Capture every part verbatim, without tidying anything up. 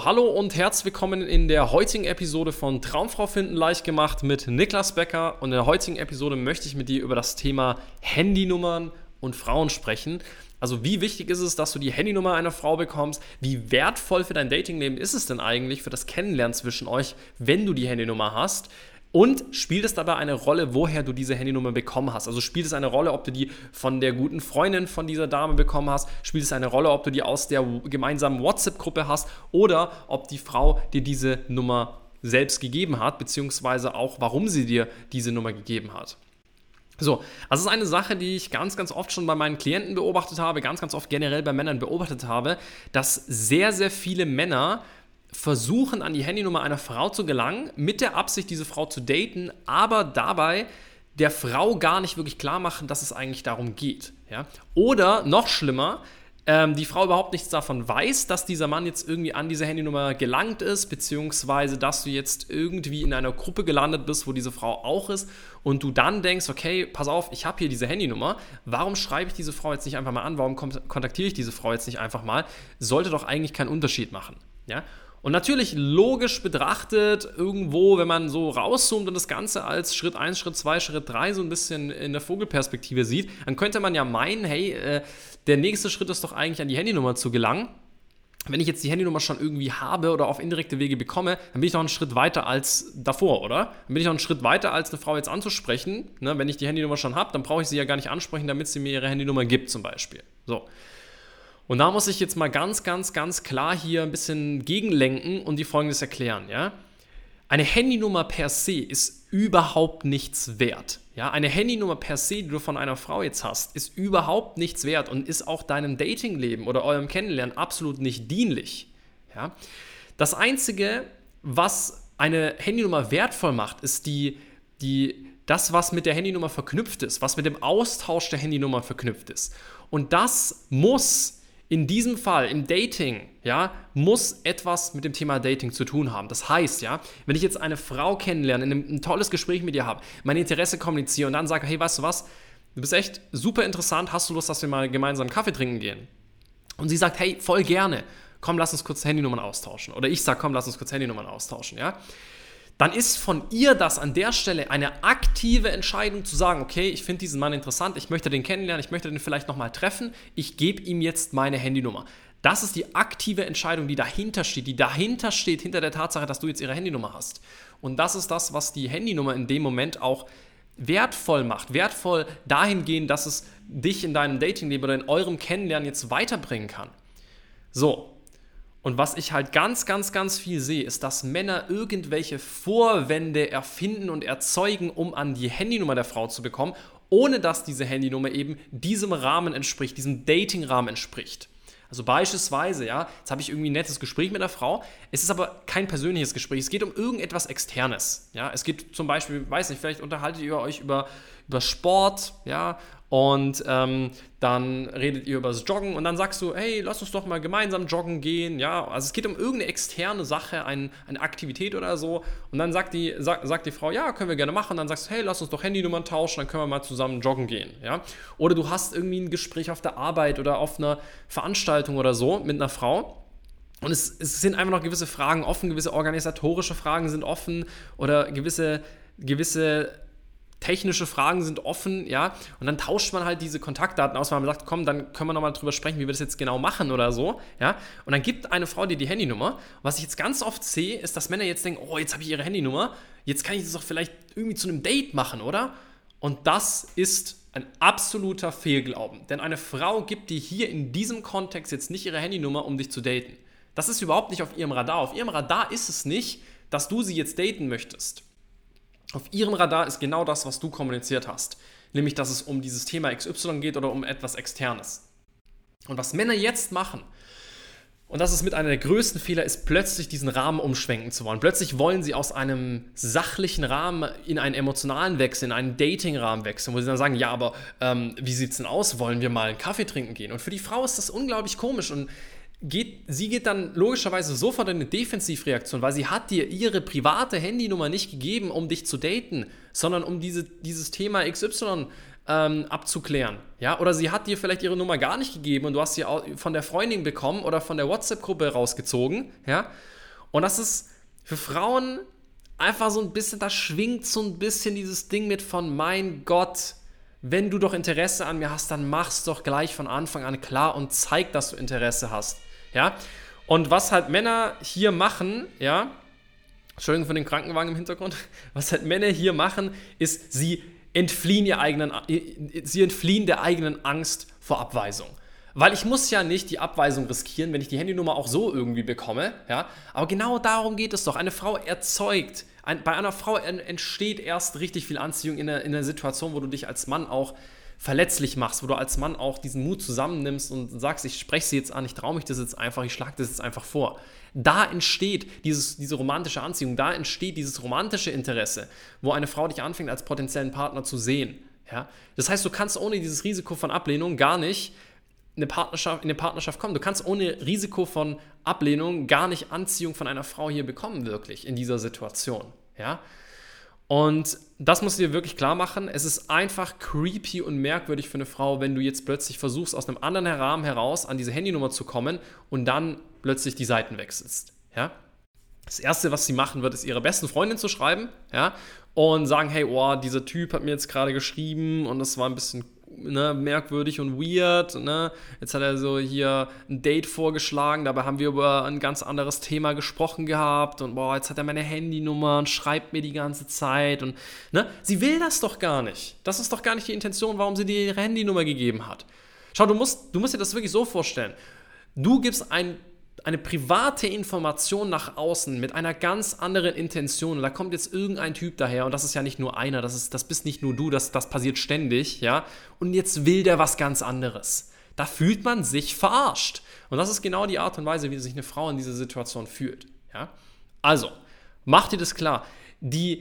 hallo und herzlich willkommen in der heutigen Episode von Traumfrau finden leicht gemacht mit Niklas Becker. Und in der heutigen Episode möchte ich mit dir über das Thema Handynummern und Frauen sprechen. Also wie wichtig ist es, dass du die Handynummer einer Frau bekommst? Wie wertvoll für dein Datingleben ist es denn eigentlich, für das Kennenlernen zwischen euch, wenn du die Handynummer hast? Und spielt es dabei eine Rolle, woher du diese Handynummer bekommen hast? Also spielt es eine Rolle, ob du die von der guten Freundin von dieser Dame bekommen hast? Spielt es eine Rolle, ob du die aus der gemeinsamen WhatsApp-Gruppe hast? Oder ob die Frau dir diese Nummer selbst gegeben hat, beziehungsweise auch, warum sie dir diese Nummer gegeben hat? So, das ist eine Sache, die ich ganz, ganz oft schon bei meinen Klienten beobachtet habe, ganz, ganz oft generell bei Männern beobachtet habe, dass sehr, sehr viele Männer versuchen, an die Handynummer einer Frau zu gelangen, mit der Absicht, diese Frau zu daten, aber dabei der Frau gar nicht wirklich klar machen, dass es eigentlich darum geht. Ja? Oder noch schlimmer, ähm, die Frau überhaupt nichts davon weiß, dass dieser Mann jetzt irgendwie an diese Handynummer gelangt ist, beziehungsweise dass du jetzt irgendwie in einer Gruppe gelandet bist, wo diese Frau auch ist und du dann denkst, okay, pass auf, ich habe hier diese Handynummer, warum schreibe ich diese Frau jetzt nicht einfach mal an, warum kontaktiere ich diese Frau jetzt nicht einfach mal, sollte doch eigentlich keinen Unterschied machen. Ja? Und natürlich logisch betrachtet, irgendwo, wenn man so rauszoomt und das Ganze als Schritt eins, Schritt zwei, Schritt drei so ein bisschen in der Vogelperspektive sieht, dann könnte man ja meinen, hey, äh, der nächste Schritt ist doch eigentlich an die Handynummer zu gelangen. Wenn ich jetzt die Handynummer schon irgendwie habe oder auf indirekte Wege bekomme, dann bin ich noch einen Schritt weiter als davor, oder? Dann bin ich noch einen Schritt weiter, als eine Frau jetzt anzusprechen. Ne? Wenn ich die Handynummer schon habe, dann brauche ich sie ja gar nicht ansprechen, damit sie mir ihre Handynummer gibt zum Beispiel. So. Und da muss ich jetzt mal ganz, ganz, ganz klar hier ein bisschen gegenlenken und die Folgendes erklären. Ja? Eine Handynummer per se ist überhaupt nichts wert. Ja? Eine Handynummer per se, die du von einer Frau jetzt hast, ist überhaupt nichts wert und ist auch deinem Datingleben oder eurem Kennenlernen absolut nicht dienlich. Ja? Das Einzige, was eine Handynummer wertvoll macht, ist die, die, das, was mit der Handynummer verknüpft ist, was mit dem Austausch der Handynummer verknüpft ist. Und das muss in diesem Fall, im Dating, ja, muss etwas mit dem Thema Dating zu tun haben. Das heißt, ja, wenn ich jetzt eine Frau kennenlerne, in einem, ein tolles Gespräch mit ihr habe, mein Interesse kommuniziere und dann sage, hey, weißt du was, du bist echt super interessant, hast du Lust, dass wir mal gemeinsam Kaffee trinken gehen? Und sie sagt, hey, voll gerne, komm, lass uns kurz Handynummern austauschen. Oder ich sage, komm, lass uns kurz Handynummern austauschen, ja. Dann ist von ihr das an der Stelle eine aktive Entscheidung zu sagen, okay, ich finde diesen Mann interessant, ich möchte den kennenlernen, ich möchte den vielleicht nochmal treffen, ich gebe ihm jetzt meine Handynummer. Das ist die aktive Entscheidung, die dahinter steht, die dahinter steht, hinter der Tatsache, dass du jetzt ihre Handynummer hast. Und das ist das, was die Handynummer in dem Moment auch wertvoll macht. Wertvoll dahingehend, dass es dich in deinem Datingleben oder in eurem Kennenlernen jetzt weiterbringen kann. So. Und was ich halt ganz, ganz, ganz viel sehe, ist, dass Männer irgendwelche Vorwände erfinden und erzeugen, um an die Handynummer der Frau zu bekommen, ohne dass diese Handynummer eben diesem Rahmen entspricht, diesem Dating-Rahmen entspricht. Also beispielsweise, ja, jetzt habe ich irgendwie ein nettes Gespräch mit einer Frau, es ist aber kein persönliches Gespräch, es geht um irgendetwas Externes. Ja, es geht zum Beispiel, weiß nicht, vielleicht unterhaltet ihr euch über, über Sport, ja, und ähm, dann redet ihr über das Joggen und dann sagst du, hey, lass uns doch mal gemeinsam joggen gehen, ja, also es geht um irgendeine externe Sache, ein, eine Aktivität oder so und dann sagt die, sag, sagt die Frau, ja, können wir gerne machen und dann sagst du, hey, lass uns doch Handynummern tauschen, dann können wir mal zusammen joggen gehen, ja, oder du hast irgendwie ein Gespräch auf der Arbeit oder auf einer Veranstaltung oder so mit einer Frau. Und es, es sind einfach noch gewisse Fragen offen, gewisse organisatorische Fragen sind offen oder gewisse, gewisse technische Fragen sind offen, ja, und dann tauscht man halt diese Kontaktdaten aus, weil man sagt, komm, dann können wir nochmal drüber sprechen, wie wir das jetzt genau machen oder so, ja, und dann gibt eine Frau dir die Handynummer. Was ich jetzt ganz oft sehe, ist, dass Männer jetzt denken, oh, jetzt habe ich ihre Handynummer, jetzt kann ich das doch vielleicht irgendwie zu einem Date machen, oder? Und das ist ein absoluter Fehlglauben, denn eine Frau gibt dir hier in diesem Kontext jetzt nicht ihre Handynummer, um dich zu daten. Das ist überhaupt nicht auf ihrem Radar. Auf ihrem Radar ist es nicht, dass du sie jetzt daten möchtest. Auf ihrem Radar ist genau das, was du kommuniziert hast. Nämlich, dass es um dieses Thema X Y geht oder um etwas Externes. Und was Männer jetzt machen, und das ist mit einer der größten Fehler, ist plötzlich diesen Rahmen umschwenken zu wollen. Plötzlich wollen sie aus einem sachlichen Rahmen in einen emotionalen wechseln, in einen Dating-Rahmen wechseln, wo sie dann sagen, ja, aber ähm, wie sieht es denn aus? Wollen wir mal einen Kaffee trinken gehen? Und für die Frau ist das unglaublich komisch und Geht, sie geht dann logischerweise sofort in eine Defensivreaktion, weil sie hat dir ihre private Handynummer nicht gegeben, um dich zu daten, sondern um diese, dieses Thema X Y ähm, abzuklären. Ja? Oder sie hat dir vielleicht ihre Nummer gar nicht gegeben und du hast sie von der Freundin bekommen oder von der WhatsApp-Gruppe rausgezogen. Ja? Und das ist für Frauen einfach so ein bisschen, da schwingt so ein bisschen dieses Ding mit von, mein Gott, wenn du doch Interesse an mir hast, dann mach's doch gleich von Anfang an klar und zeig, dass du Interesse hast. Ja? Und was halt Männer hier machen, ja, Entschuldigung für den Krankenwagen im Hintergrund, was halt Männer hier machen, ist, sie entfliehen, ihr eigenen, sie entfliehen der eigenen Angst vor Abweisung. Weil ich muss ja nicht die Abweisung riskieren, wenn ich die Handynummer auch so irgendwie bekomme. Ja? Aber genau darum geht es doch. Eine Frau erzeugt, ein, bei einer Frau entsteht erst richtig viel Anziehung in einer, in einer Situation, wo du dich als Mann auch verletzlich machst, wo du als Mann auch diesen Mut zusammennimmst und sagst, ich spreche sie jetzt an, ich traue mich das jetzt einfach, ich schlage das jetzt einfach vor. Da entsteht dieses, diese romantische Anziehung, da entsteht dieses romantische Interesse, wo eine Frau dich anfängt, als potenziellen Partner zu sehen. Ja? Das heißt, du kannst ohne dieses Risiko von Ablehnung gar nicht in eine Partnerschaft, in eine Partnerschaft kommen. Du kannst ohne Risiko von Ablehnung gar nicht Anziehung von einer Frau hier bekommen, wirklich, in dieser Situation. Ja? Und das musst du dir wirklich klar machen. Es ist einfach creepy und merkwürdig für eine Frau, wenn du jetzt plötzlich versuchst, aus einem anderen Rahmen heraus an diese Handynummer zu kommen und dann plötzlich die Seiten wechselst. Ja? Das Erste, was sie machen wird, ist ihrer besten Freundin zu schreiben, ja? Und sagen, hey, oh, dieser Typ hat mir jetzt gerade geschrieben und das war ein bisschen Ne, merkwürdig und weird. Ne? Jetzt hat er so hier ein Date vorgeschlagen, dabei haben wir über ein ganz anderes Thema gesprochen gehabt und boah, jetzt hat er meine Handynummer und schreibt mir die ganze Zeit. Und ne? Sie will das doch gar nicht. Das ist doch gar nicht die Intention, warum sie dir ihre Handynummer gegeben hat. Schau, du musst, du musst dir das wirklich so vorstellen. Du gibst ein eine private Information nach außen mit einer ganz anderen Intention und da kommt jetzt irgendein Typ daher und das ist ja nicht nur einer, das, ist, das bist nicht nur du, das, das passiert ständig, ja, und jetzt will der was ganz anderes. Da fühlt man sich verarscht und das ist genau die Art und Weise, wie sich eine Frau in dieser Situation fühlt, ja. Also, mach dir das klar, die,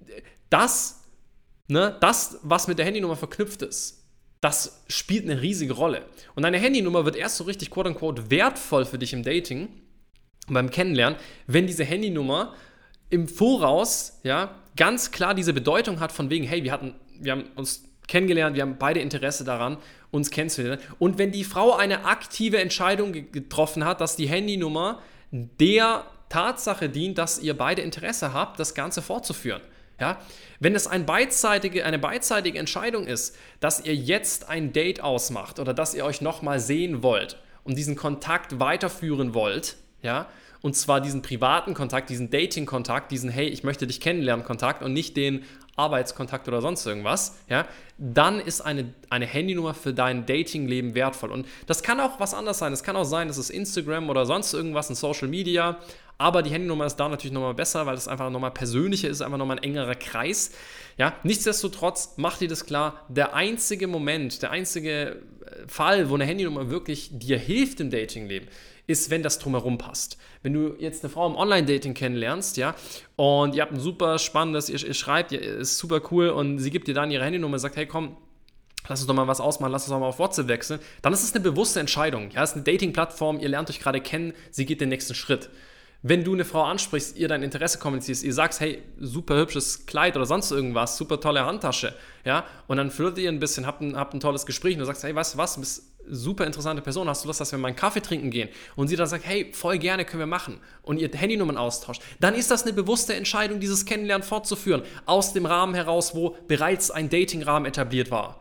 das, ne, das, was mit der Handynummer verknüpft ist, das spielt eine riesige Rolle. Und deine Handynummer wird erst so richtig quote-unquote wertvoll für dich im Dating und beim Kennenlernen, wenn diese Handynummer im Voraus ja, ganz klar diese Bedeutung hat von wegen, hey, wir, hatten, wir haben uns kennengelernt, wir haben beide Interesse daran, uns kennenzulernen. Und wenn die Frau eine aktive Entscheidung getroffen hat, dass die Handynummer der Tatsache dient, dass ihr beide Interesse habt, das Ganze fortzuführen. Ja? Wenn es ein beidseitige, eine beidseitige Entscheidung ist, dass ihr jetzt ein Date ausmacht oder dass ihr euch nochmal sehen wollt und diesen Kontakt weiterführen wollt, ja, und zwar diesen privaten Kontakt, diesen Dating-Kontakt, diesen hey, ich möchte dich kennenlernen Kontakt und nicht den Arbeitskontakt oder sonst irgendwas, ja, dann ist eine, eine Handynummer für dein Dating-Leben wertvoll. Und das kann auch was anderes sein. Es kann auch sein, das ist Instagram oder sonst irgendwas in Social Media, aber die Handynummer ist da natürlich nochmal besser, weil es einfach nochmal persönlicher ist, einfach nochmal ein engerer Kreis. Ja, nichtsdestotrotz, mach dir das klar, der einzige Moment, der einzige Fall, wo eine Handynummer wirklich dir hilft im Datingleben, ist, wenn das drumherum passt. Wenn du jetzt eine Frau im Online-Dating kennenlernst, ja, und ihr habt ein super spannendes, ihr, ihr schreibt, ihr ist super cool und sie gibt dir dann ihre Handynummer und sagt, hey komm, lass uns doch mal was ausmachen, lass uns doch mal auf WhatsApp wechseln, dann ist es eine bewusste Entscheidung. Ja, es ist eine Dating-Plattform, ihr lernt euch gerade kennen, sie geht den nächsten Schritt. Wenn du eine Frau ansprichst, ihr dein Interesse kommunizierst, ihr sagst, hey, super hübsches Kleid oder sonst irgendwas, super tolle Handtasche, ja, und dann flirtet ihr ein bisschen, habt ein, habt ein tolles Gespräch und du sagst, hey, weißt du was, du bist eine super interessante Person, hast du Lust, dass wir mal einen Kaffee trinken gehen? Und sie dann sagt, hey, voll gerne, können wir machen. Und ihr Handynummern austauscht. Dann ist das eine bewusste Entscheidung, dieses Kennenlernen fortzuführen, aus dem Rahmen heraus, wo bereits ein Datingrahmen etabliert war.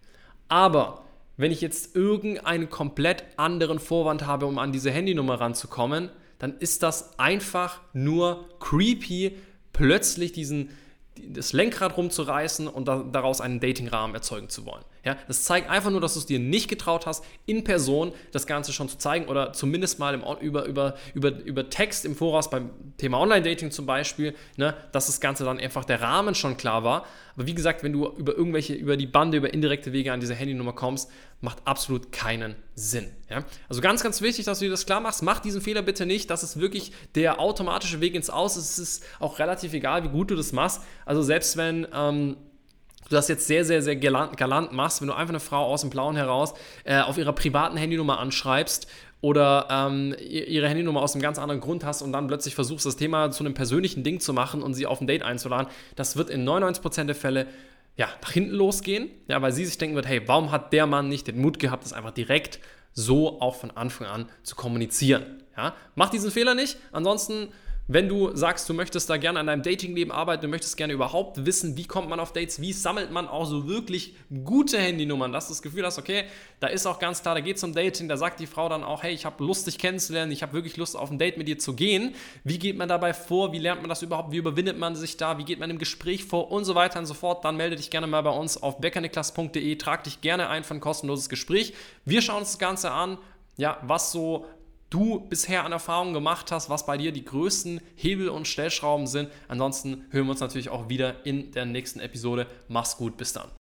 Aber wenn ich jetzt irgendeinen komplett anderen Vorwand habe, um an diese Handynummer ranzukommen, dann ist das einfach nur creepy, plötzlich diesen, das Lenkrad rumzureißen und da, daraus einen Datingrahmen erzeugen zu wollen. Ja, das zeigt einfach nur, dass du es dir nicht getraut hast, in Person das Ganze schon zu zeigen oder zumindest mal im, über, über, über, über Text im Voraus beim Thema Online-Dating zum Beispiel, ne, dass das Ganze dann einfach der Rahmen schon klar war. Aber wie gesagt, wenn du über irgendwelche, über die Bande, über indirekte Wege an diese Handynummer kommst, macht absolut keinen Sinn. Ja? Also ganz, ganz wichtig, dass du dir das klar machst. Mach diesen Fehler bitte nicht. Das ist wirklich der automatische Weg ins Aus. Es ist auch relativ egal, wie gut du das machst. Also selbst wenn ähm, du das jetzt sehr, sehr, sehr galant, galant machst, wenn du einfach eine Frau aus dem Blauen heraus äh, auf ihrer privaten Handynummer anschreibst oder ähm, ihre Handynummer aus einem ganz anderen Grund hast und dann plötzlich versuchst, das Thema zu einem persönlichen Ding zu machen und sie auf ein Date einzuladen, das wird in neunundneunzig Prozent der Fälle ja, nach hinten losgehen, ja, weil sie sich denken wird, hey, warum hat der Mann nicht den Mut gehabt, das einfach direkt so auch von Anfang an zu kommunizieren. Ja? Mach diesen Fehler nicht, ansonsten, wenn du sagst, du möchtest da gerne an deinem Datingleben arbeiten, du möchtest gerne überhaupt wissen, wie kommt man auf Dates, wie sammelt man auch so wirklich gute Handynummern, dass du das Gefühl hast, okay, da ist auch ganz klar, da geht es um Dating, da sagt die Frau dann auch, hey, ich habe Lust, dich kennenzulernen, ich habe wirklich Lust, auf ein Date mit dir zu gehen. Wie geht man dabei vor, wie lernt man das überhaupt, wie überwindet man sich da, wie geht man im Gespräch vor und so weiter und so fort, dann melde dich gerne mal bei uns auf beckerniklas punkt de, trag dich gerne ein für ein kostenloses Gespräch. Wir schauen uns das Ganze an, ja, was so du bisher an Erfahrungen gemacht hast, was bei dir die größten Hebel und Stellschrauben sind. Ansonsten hören wir uns natürlich auch wieder in der nächsten Episode. Mach's gut, bis dann.